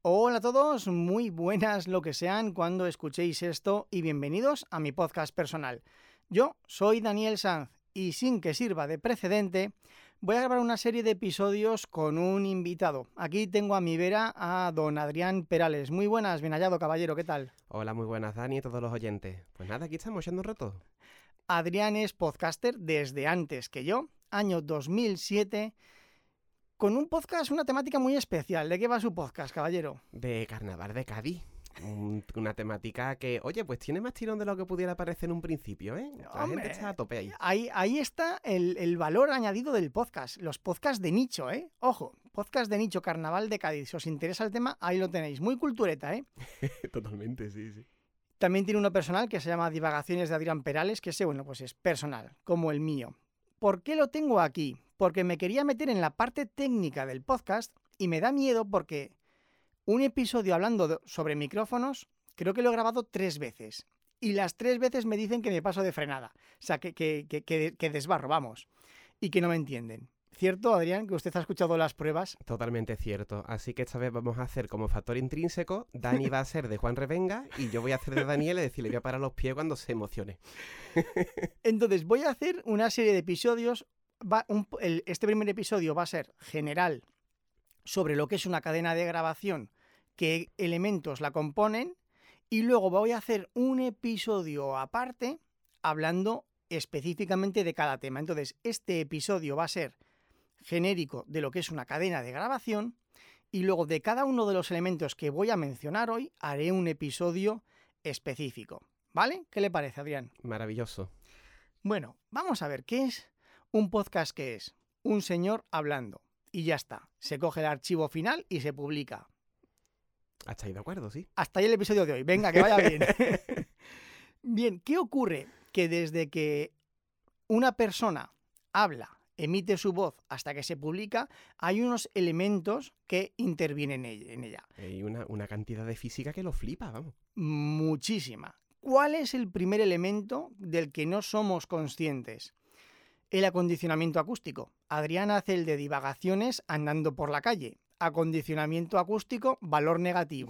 Hola a todos, muy buenas lo que sean cuando escuchéis esto y bienvenidos a mi podcast personal. Yo soy Daniel Sanz y sin que sirva de precedente, voy a grabar una serie de episodios con un invitado. Aquí tengo a mi vera a don Adrián Perales. Muy buenas, bien hallado caballero, ¿qué tal? Hola, muy buenas Dani y todos los oyentes. Pues nada, aquí estamos echando un rato. Adrián es podcaster desde antes que yo, año 2007, con un podcast, una temática muy especial. ¿De qué va su podcast, caballero? De Carnaval de Cádiz. Una temática que, oye, pues tiene más tirón de lo que pudiera parecer en un principio, ¿eh? La gente está a tope ahí. Ahí está el valor añadido del podcast. Los podcasts de nicho, ¿eh? Ojo, podcast de nicho, Carnaval de Cádiz. Si os interesa el tema, ahí lo tenéis. Muy cultureta, ¿eh? Totalmente, sí. También tiene uno personal que se llama Divagaciones de Adrián Perales, que ese, bueno, pues es personal, como el mío. ¿Por qué lo tengo aquí? Porque me quería meter en la parte técnica del podcast y me da miedo porque un episodio hablando sobre micrófonos, creo que lo he grabado 3 veces. Y las 3 veces me dicen que me paso de frenada. O sea, que desbarro, vamos. Y que no me entienden. ¿Cierto, Adrián, que usted ha escuchado las pruebas? Totalmente cierto. Así que esta vez vamos a hacer como factor intrínseco. Dani va a ser de Juan Revenga y yo voy a hacer de Daniel, es decir, le voy a parar los pies cuando se emocione. Entonces, voy a hacer una serie de episodios. Este primer episodio va a ser general sobre lo que es una cadena de grabación, qué elementos la componen, y luego voy a hacer un episodio aparte hablando específicamente de cada tema. Entonces, este episodio va a ser genérico de lo que es una cadena de grabación y luego de cada uno de los elementos que voy a mencionar hoy haré un episodio específico. ¿Vale? ¿Qué le parece, Adrián? Maravilloso. Bueno, vamos a ver, ¿qué es un podcast? ¿Qué es? Un señor hablando. Y ya está. Se coge el archivo final y se publica. ¿Estáis de acuerdo, sí? Hasta ahí el episodio de hoy. Venga, que vaya bien. Bien, ¿qué ocurre? Que desde que una persona habla, emite su voz hasta que se publica, hay unos elementos que intervienen en ella. Hay una cantidad de física que lo flipa, vamos. Muchísima. ¿Cuál es el primer elemento del que no somos conscientes? El acondicionamiento acústico. Adrián hace el de divagaciones andando por la calle. Acondicionamiento acústico, valor negativo.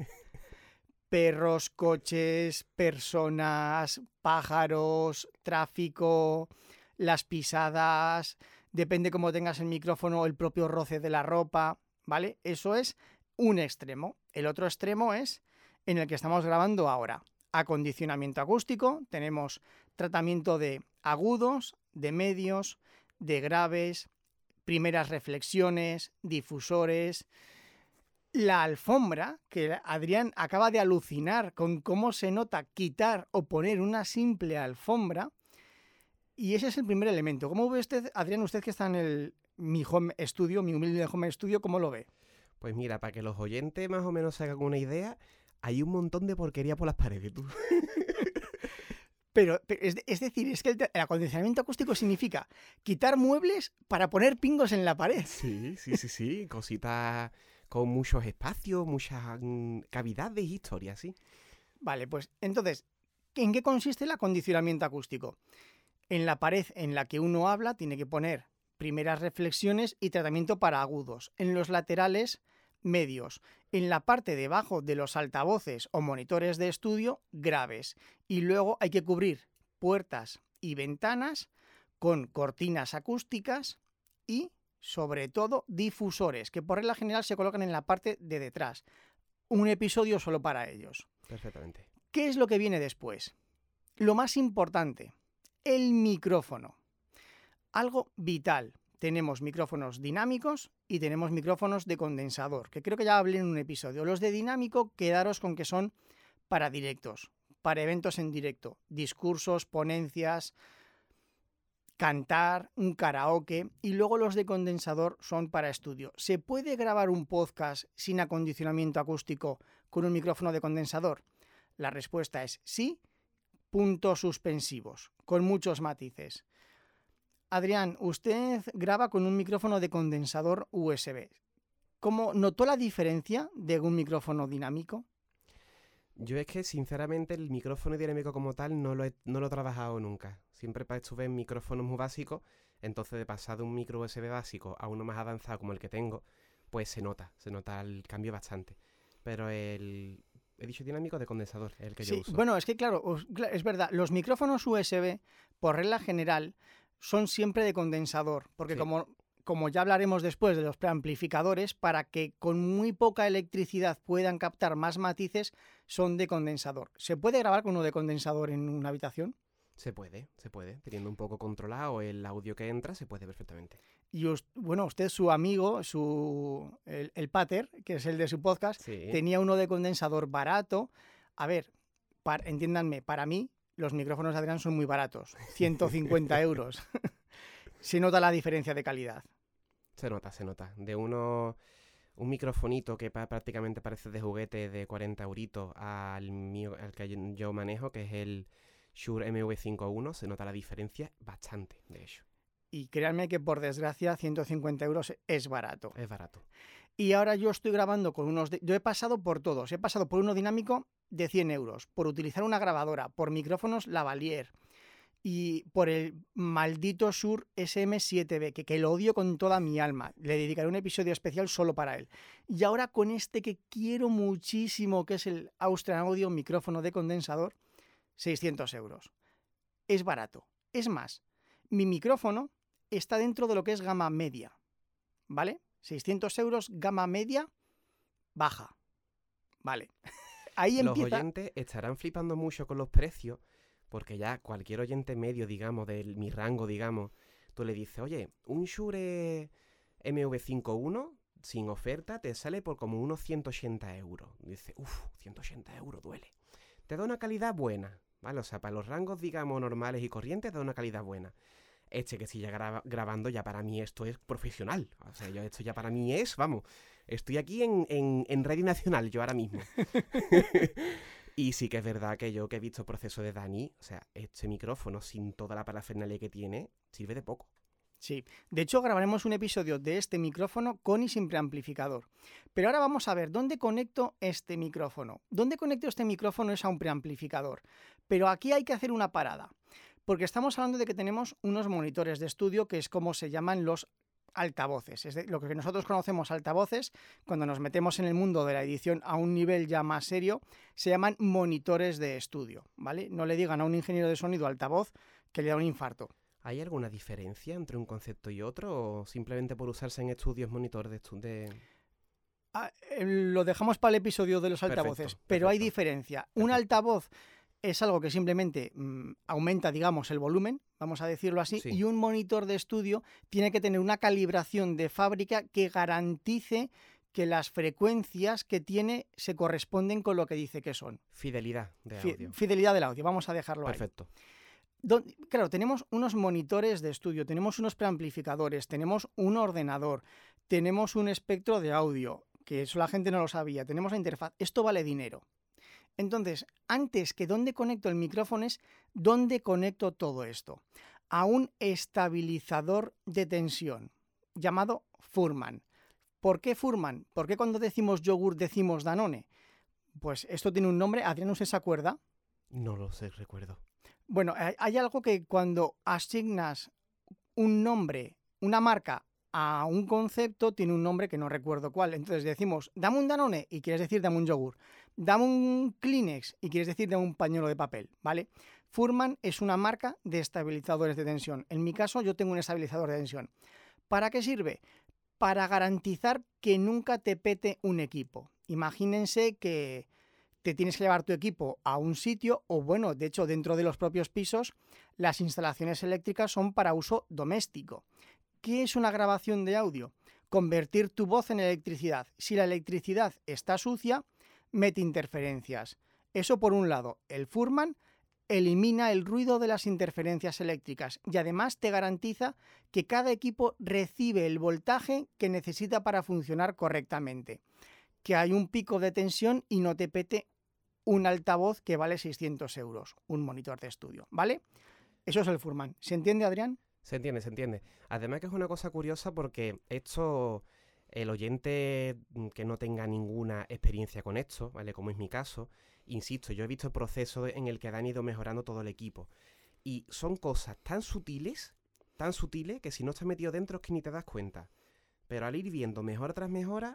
Perros, coches, personas, pájaros, tráfico, las pisadas, depende cómo tengas el micrófono, el propio roce de la ropa, ¿vale? Eso es un extremo. El otro extremo es en el que estamos grabando ahora. Acondicionamiento acústico, tenemos tratamiento de agudos, de medios, de graves, primeras reflexiones, difusores. La alfombra, que Adrián acaba de alucinar con cómo se nota quitar o poner una simple alfombra. Y ese es el primer elemento. ¿Cómo ve usted, Adrián, usted que está en mi home studio, mi humilde home studio, cómo lo ve? Pues mira, para que los oyentes más o menos se hagan una idea, hay un montón de porquería por las paredes, tú. Pero es decir, es que el acondicionamiento acústico significa quitar muebles para poner pingos en la pared. Sí. Cositas con muchos espacios, muchas cavidades, historias, sí. Vale, pues entonces, ¿en qué consiste el acondicionamiento acústico? En la pared en la que uno habla tiene que poner primeras reflexiones y tratamiento para agudos. En los laterales, medios. En la parte de abajo de los altavoces o monitores de estudio, graves. Y luego hay que cubrir puertas y ventanas con cortinas acústicas y, sobre todo, difusores, que por regla general se colocan en la parte de detrás. Un episodio solo para ellos. Perfectamente. ¿Qué es lo que viene después? Lo más importante, el micrófono. Algo vital. Tenemos micrófonos dinámicos y tenemos micrófonos de condensador, que creo que ya hablé en un episodio. Los de dinámico, quedaros con que son para directos, para eventos en directo, discursos, ponencias, cantar, un karaoke, y luego los de condensador son para estudio. ¿Se puede grabar un podcast sin acondicionamiento acústico con un micrófono de condensador? La respuesta es sí, puntos suspensivos, con muchos matices. Adrián, usted graba con un micrófono de condensador USB. ¿Cómo notó la diferencia de un micrófono dinámico? Yo es que, sinceramente, el micrófono dinámico como tal no lo he trabajado nunca. Siempre estuve en micrófonos muy básicos, entonces de pasar de un micro USB básico a uno más avanzado como el que tengo, pues se nota el cambio bastante. pero he dicho dinámico de condensador, el que yo Sí, uso. bueno, es que claro, es verdad, los micrófonos USB, por regla general, son siempre de condensador, porque Sí. como ya hablaremos después de los preamplificadores, para que con muy poca electricidad puedan captar más matices, son de condensador. ¿Se puede grabar con uno de condensador en una habitación? Se puede. Teniendo un poco controlado el audio que entra, se puede perfectamente. Y bueno, usted, su amigo, el Pater, que es el de su podcast, Sí. tenía uno de condensador barato. A ver, entiéndanme, para mí los micrófonos de Adrián son muy baratos, 150 euros. Se nota la diferencia de calidad. Se nota. De un microfonito que prácticamente parece de juguete de 40 euritos al mío, al que yo manejo, que es el Shure MV51, se nota la diferencia bastante, de hecho. Y créanme que por desgracia 150 euros es barato. Es barato. Y ahora yo estoy grabando con yo he pasado por todos. He pasado por uno dinámico de 100 euros, por utilizar una grabadora, por micrófonos Lavalier y por el maldito Shure SM7B, que lo odio con toda mi alma. Le dedicaré un episodio especial solo para él. Y ahora con este que quiero muchísimo, que es el Austrian Audio micrófono de condensador, 600 euros. Es barato. Es más, mi micrófono está dentro de lo que es gama media, ¿vale? 600 euros, gama media, baja. Vale. Ahí Los empieza... oyentes estarán flipando mucho con los precios, porque ya cualquier oyente medio, digamos, de mi rango, digamos, tú le dices, oye, un Shure MV51 sin oferta te sale por como unos 180 euros. Dice, 180 euros duele. Te da una calidad buena, ¿vale? O sea, para los rangos, digamos, normales y corrientes, te da una calidad buena. Que si ya grabando, ya para mí esto es profesional. O sea, esto ya para mí es, vamos, estoy aquí en Radio Nacional, yo ahora mismo. Y sí que es verdad que yo que he visto el proceso de Dani, o sea, este micrófono sin toda la parafernalia que tiene, sirve de poco. Sí, de hecho grabaremos un episodio de este micrófono con y sin preamplificador. Pero ahora vamos a ver, ¿dónde conecto este micrófono? ¿Dónde conecto este micrófono es a un preamplificador? Pero aquí hay que hacer una parada, porque estamos hablando de que tenemos unos monitores de estudio, que es como se llaman los altavoces. Es lo que nosotros conocemos altavoces, cuando nos metemos en el mundo de la edición a un nivel ya más serio, se llaman monitores de estudio, ¿vale? No le digan a un ingeniero de sonido altavoz que le da un infarto. ¿Hay alguna diferencia entre un concepto y otro o simplemente por usarse en estudios monitor de... Lo dejamos para el episodio de los altavoces, Perfecto, pero hay perfecto. diferencia. Un altavoz es algo que simplemente aumenta, digamos, el volumen, vamos a decirlo así, Sí. y un monitor de estudio tiene que tener una calibración de fábrica que garantice que las frecuencias que tiene se corresponden con lo que dice que son. Fidelidad de audio. Fidelidad del audio, vamos a dejarlo ahí. Perfecto. Claro, tenemos unos monitores de estudio, tenemos unos preamplificadores, tenemos un ordenador, tenemos un espectro de audio, que eso la gente no lo sabía, tenemos la interfaz, esto vale dinero. Entonces, antes que dónde conecto el micrófono es dónde conecto todo esto. A un estabilizador de tensión llamado Furman. ¿Por qué Furman? ¿Por qué cuando decimos yogur decimos Danone? Pues esto tiene un nombre, Adrián, ¿usted se acuerda? No lo sé, recuerdo. Bueno, hay algo que cuando asignas un nombre, una marca a un concepto, tiene un nombre que no recuerdo cuál. Entonces decimos, dame un Danone y quieres decir dame un yogur. Dame un Kleenex y quieres decir dame un pañuelo de papel, ¿vale? Furman es una marca de estabilizadores de tensión. En mi caso, yo tengo un estabilizador de tensión. ¿Para qué sirve? Para garantizar que nunca te pete un equipo. Imagínense que te tienes que llevar tu equipo a un sitio o, bueno, de hecho, dentro de los propios pisos, las instalaciones eléctricas son para uso doméstico. ¿Qué es una grabación de audio? Convertir tu voz en electricidad. Si la electricidad está sucia, mete interferencias. Eso por un lado. El Furman elimina el ruido de las interferencias eléctricas y además te garantiza que cada equipo recibe el voltaje que necesita para funcionar correctamente. Que hay un pico de tensión y no te pete un altavoz que vale 600 euros, un monitor de estudio, ¿vale? Eso es el Furman. ¿Se entiende, Adrián? Se entiende. Además que es una cosa curiosa porque esto, el oyente que no tenga ninguna experiencia con esto, ¿vale? Como es mi caso, insisto, yo he visto el proceso en el que han ido mejorando todo el equipo. Y son cosas tan sutiles, que si no estás metido dentro es que ni te das cuenta. Pero al ir viendo mejora tras mejora,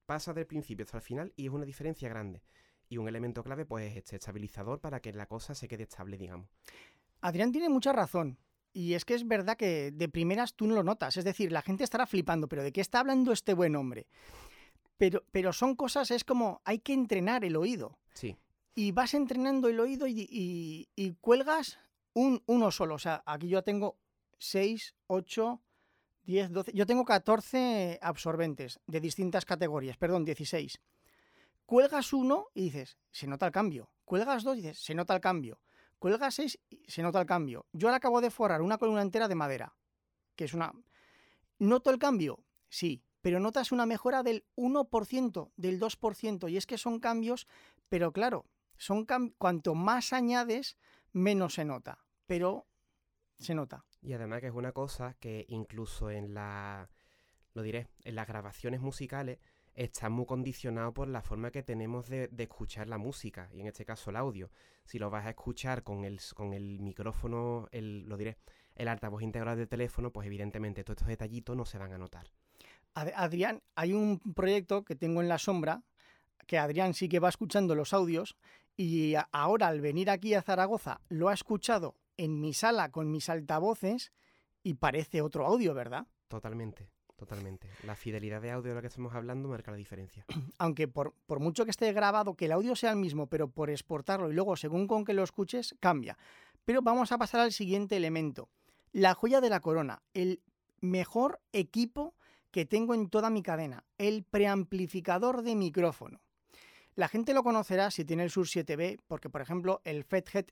pasa del principio hasta el final y es una diferencia grande. Y un elemento clave, pues, es este estabilizador para que la cosa se quede estable, digamos. Adrián tiene mucha razón. Y es que es verdad que de primeras tú no lo notas. Es decir, la gente estará flipando, pero ¿de qué está hablando este buen hombre? Pero son cosas, es como, hay que entrenar el oído. Sí. Y vas entrenando el oído y cuelgas uno solo. O sea, aquí yo tengo 6, 8, 10, 12... Yo tengo 14 absorbentes de distintas categorías. Perdón, 16. Cuelgas uno y dices, se nota el cambio. Cuelgas dos y dices, se nota el cambio. Cuelgas 6 y se nota el cambio. Yo ahora acabo de forrar una columna entera de madera, que es una... ¿Noto el cambio? Sí, pero notas una mejora del 1%, del 2%, y es que son cambios, pero claro, cuanto más añades, menos se nota, pero se nota. Y además que es una cosa que incluso en las grabaciones musicales está muy condicionado por la forma que tenemos de escuchar la música, y en este caso el audio. Si lo vas a escuchar con el micrófono, el altavoz integrado del teléfono, pues evidentemente todos estos detallitos no se van a notar. Adrián, hay un proyecto que tengo en la sombra, que Adrián sí que va escuchando los audios, y ahora al venir aquí a Zaragoza lo ha escuchado en mi sala con mis altavoces y parece otro audio, ¿verdad? Totalmente. La fidelidad de audio de lo que estamos hablando marca la diferencia. Aunque por mucho que esté grabado, que el audio sea el mismo, pero por exportarlo y luego según con que lo escuches, cambia. Pero vamos a pasar al siguiente elemento. La joya de la corona, el mejor equipo que tengo en toda mi cadena, el preamplificador de micrófono. La gente lo conocerá si tiene el Shure 7B, porque por ejemplo el Fathead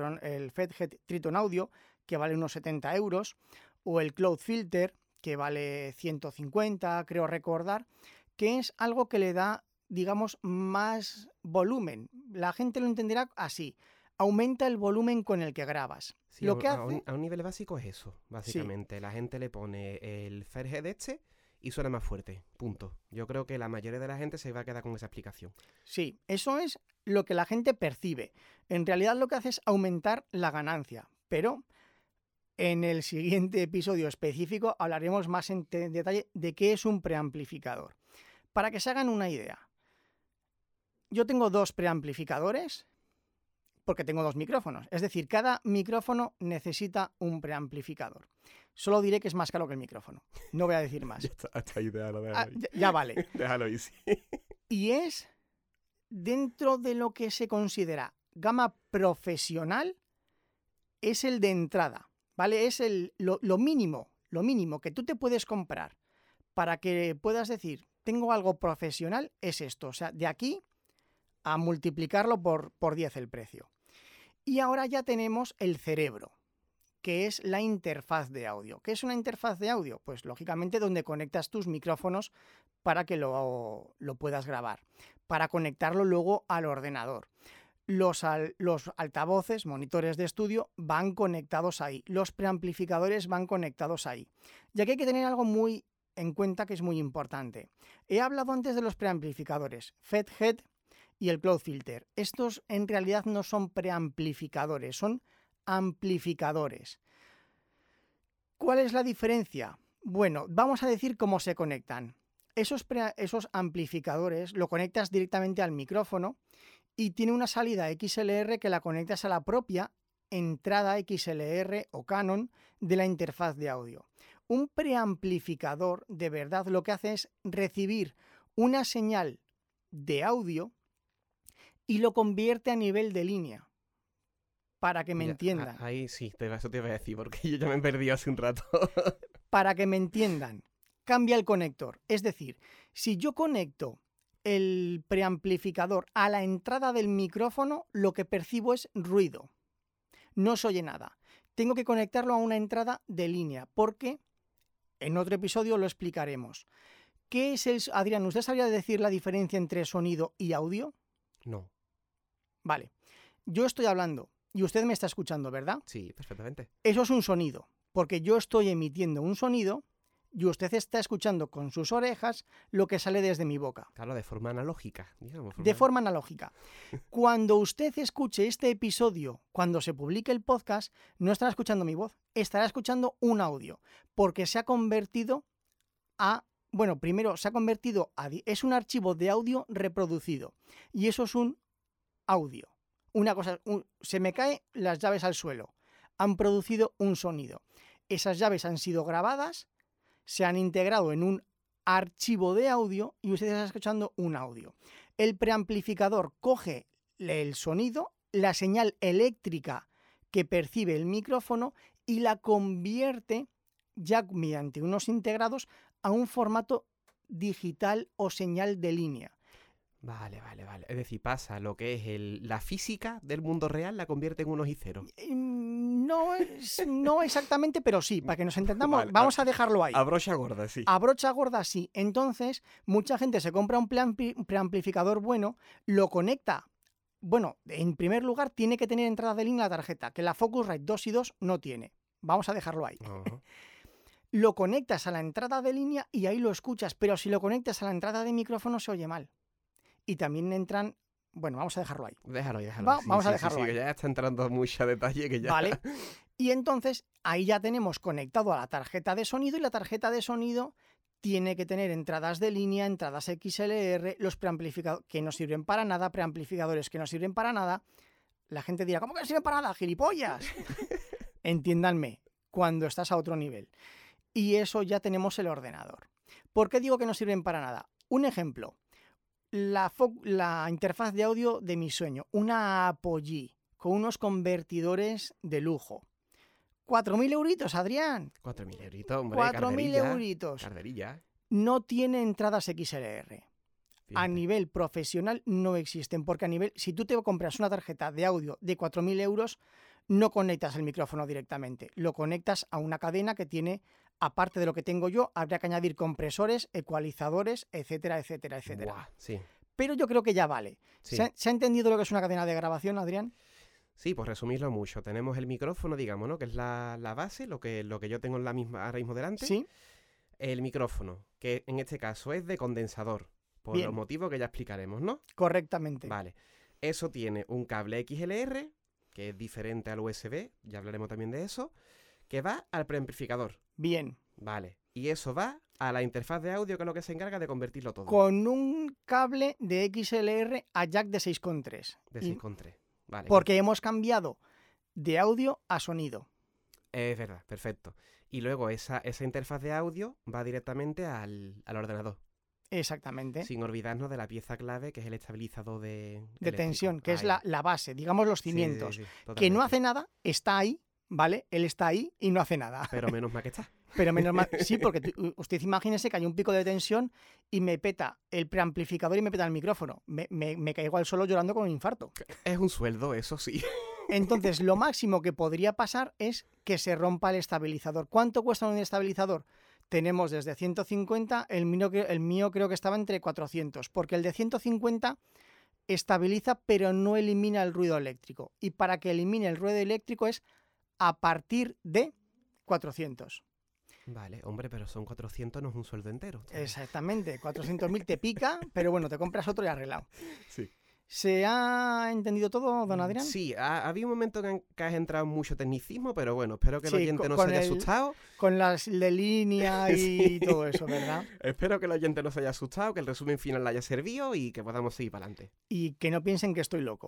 Triton Audio, que vale unos 70 €, o el Cloud Filter, que vale 150, creo recordar, que es algo que le da, digamos, más volumen. La gente lo entenderá así. Aumenta el volumen con el que grabas. Sí, Lo que a un nivel básico es eso, básicamente. Sí. La gente le pone el Fathead y suena más fuerte, punto. Yo creo que la mayoría de la gente se va a quedar con esa explicación. Sí, eso es lo que la gente percibe. En realidad lo que hace es aumentar la ganancia, pero en el siguiente episodio específico hablaremos más en detalle de qué es un preamplificador. Para que se hagan una idea, yo tengo 2 preamplificadores porque tengo 2 micrófonos. Es decir, cada micrófono necesita un preamplificador. Solo diré que es más caro que el micrófono. No voy a decir más. Hasta ahí, déjalo. Ya vale. Déjalo easy. Y es dentro de lo que se considera gama profesional, es el de entrada. ¿Vale? Es lo mínimo que tú te puedes comprar para que puedas decir, tengo algo profesional, es esto. O sea, de aquí a multiplicarlo por 10 el precio. Y ahora ya tenemos el cerebro, que es la interfaz de audio. ¿Qué es una interfaz de audio? Pues lógicamente donde conectas tus micrófonos para que lo puedas grabar, para conectarlo luego al ordenador. Los altavoces, monitores de estudio, van conectados ahí. Los preamplificadores van conectados ahí. Y aquí hay que tener algo muy en cuenta que es muy importante. He hablado antes de los preamplificadores, Fathead y el Cloud Filter. Estos en realidad no son preamplificadores, son amplificadores. ¿Cuál es la diferencia? Bueno, vamos a decir cómo se conectan. Esos amplificadores lo conectas directamente al micrófono y tiene una salida XLR que la conectas a la propia entrada XLR o Canon de la interfaz de audio. Un preamplificador de verdad lo que hace es recibir una señal de audio y lo convierte a nivel de línea. Para que me entiendan. Ahí sí, eso te iba a decir, porque yo ya me he perdido hace un rato. Para que me entiendan, cambia el conector. Es decir, si yo conecto el preamplificador a la entrada del micrófono, lo que percibo es ruido. No se oye nada. Tengo que conectarlo a una entrada de línea, porque en otro episodio lo explicaremos. ¿Qué es Adrián, ¿usted sabría decir la diferencia entre sonido y audio? No. Vale. Yo estoy hablando y usted me está escuchando, ¿verdad? Sí, perfectamente. Eso es un sonido, porque yo estoy emitiendo un sonido y usted está escuchando con sus orejas lo que sale desde mi boca. Claro, de forma analógica, digamos. De forma analógica. Cuando usted escuche este episodio, cuando se publique el podcast, no estará escuchando mi voz, estará escuchando un audio, porque se ha convertido a Bueno, primero se ha convertido es un archivo de audio reproducido y eso es un audio. Una cosa, se me caen las llaves al suelo, han producido un sonido. Esas llaves han sido grabadas, se han integrado en un archivo de audio y ustedes están escuchando un audio. El preamplificador coge el sonido, la señal eléctrica que percibe el micrófono y la convierte ya mediante unos integrados a un formato digital o señal de línea. Vale. Es decir, pasa lo que es la física del mundo real, la convierte en unos y ceros. No exactamente, pero sí, para que nos entendamos, vale, vamos a dejarlo ahí. A brocha gorda, sí. A brocha gorda, sí. Entonces, mucha gente se compra un preamplificador bueno, lo conecta. Bueno, en primer lugar, tiene que tener entrada de línea la tarjeta, que la Focusrite 2 y 2 no tiene. Vamos a dejarlo ahí. Uh-huh. Lo conectas a la entrada de línea y ahí lo escuchas, pero si lo conectas a la entrada de micrófono se oye mal. Y también entran... Bueno, vamos a dejarlo ahí. Déjalo. Vamos a dejarlo ahí. Que ya está entrando mucho detalle que ya... Vale. Y entonces, ahí ya tenemos conectado a la tarjeta de sonido y la tarjeta de sonido tiene que tener entradas de línea, entradas XLR, los preamplificadores que no sirven para nada, preamplificadores que no sirven para nada. La gente dirá, ¿cómo que no sirven para nada, gilipollas? Entiéndanme, cuando estás a otro nivel. Y eso ya tenemos el ordenador. ¿Por qué digo que no sirven para nada? Un ejemplo. La interfaz de audio de mi sueño, una Apogee con unos convertidores de lujo. 4.000 euritos, Adrián. 4.000 euritos, hombre. 4.000 euritos. Carderilla. No tiene entradas XLR. Fíjate. A nivel profesional no existen, porque a nivel, si tú te compras una tarjeta de audio de 4.000 euros, no conectas el micrófono directamente. Lo conectas a una cadena que tiene, aparte de lo que tengo yo, habría que añadir compresores, ecualizadores, etcétera. Buah, sí. Pero yo creo que ya vale. Sí. ¿Se ha entendido lo que es una cadena de grabación, Adrián? Sí, por resumirlo mucho. Tenemos el micrófono, digamos, ¿no? Que es la base, lo que yo tengo ahora mismo delante. Sí. El micrófono, que en este caso es de condensador, por Bien. los motivos que ya explicaremos, ¿no? Correctamente. Vale. Eso tiene un cable XLR, que es diferente al USB, ya hablaremos también de eso, que va al preamplificador. Bien. Vale. Y eso va a la interfaz de audio, que es lo que se encarga de convertirlo todo. Con un cable de XLR a jack de 6.3. De 6.3. Vale. Porque hemos cambiado de audio a sonido. Es verdad, perfecto. Y luego esa interfaz de audio va directamente al ordenador. Exactamente. Sin olvidarnos de la pieza clave, que es el estabilizador de tensión, que es la base, digamos los cimientos. Sí, que no hace nada, está ahí, ¿vale? Él está ahí y no hace nada. Pero menos mal que está. Pero menos mal, sí, porque usted imagínese que hay un pico de tensión y me peta el preamplificador y me peta el micrófono. Me caigo al suelo llorando con un infarto. Es un sueldo, eso sí. Entonces, lo máximo que podría pasar es que se rompa el estabilizador. ¿Cuánto cuesta un estabilizador? Tenemos desde 150, el mío creo que estaba entre 400, porque el de 150 estabiliza pero no elimina el ruido eléctrico. Y para que elimine el ruido eléctrico es a partir de 400. Vale, hombre, pero son 400, no es un sueldo entero. Exactamente, 400.000 te pica, pero bueno, te compras otro y arreglado. Sí. ¿Se ha entendido todo, don Adrián? Sí, había un momento en que has entrado en mucho tecnicismo, pero bueno, espero que el oyente no se haya asustado. Con las de línea y sí. Todo eso, ¿verdad? Espero que el oyente no se haya asustado, que el resumen final le haya servido y que podamos seguir para adelante. Y que no piensen que estoy loco.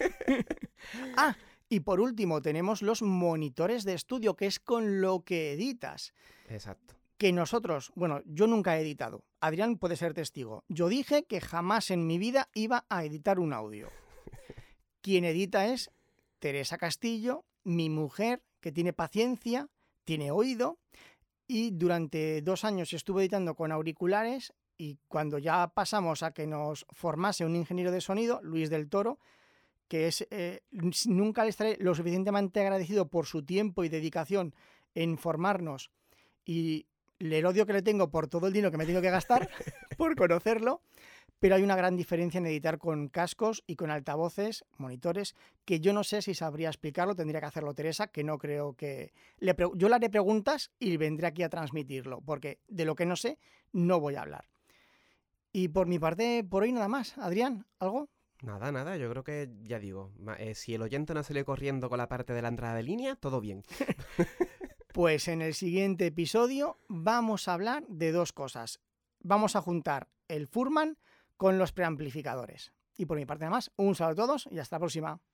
Y por último tenemos los monitores de estudio, que es con lo que editas. Exacto. Que nosotros, bueno, yo nunca he editado. Adrián puede ser testigo. Yo dije que jamás en mi vida iba a editar un audio. Quien edita es Teresa Castillo, mi mujer, que tiene paciencia, tiene oído, y durante 2 años estuve editando con auriculares, y cuando ya pasamos a que nos formase un ingeniero de sonido, Luis del Toro, que es nunca le estaré lo suficientemente agradecido por su tiempo y dedicación en formarnos y el odio que le tengo por todo el dinero que me tengo que gastar por conocerlo, pero hay una gran diferencia en editar con cascos y con altavoces, monitores, que yo no sé si sabría explicarlo, tendría que hacerlo Teresa, que no creo que... Yo le haré preguntas y vendré aquí a transmitirlo, porque de lo que no sé, no voy a hablar. Y por mi parte, por hoy nada más. Adrián, ¿algo? Nada, yo creo que, ya digo, si el oyente no sale corriendo con la parte de la entrada de línea, todo bien. Pues en el siguiente episodio vamos a hablar de 2 cosas. vamos a juntar el Furman con los preamplificadores. Y por mi parte nada más, un saludo a todos y hasta la próxima.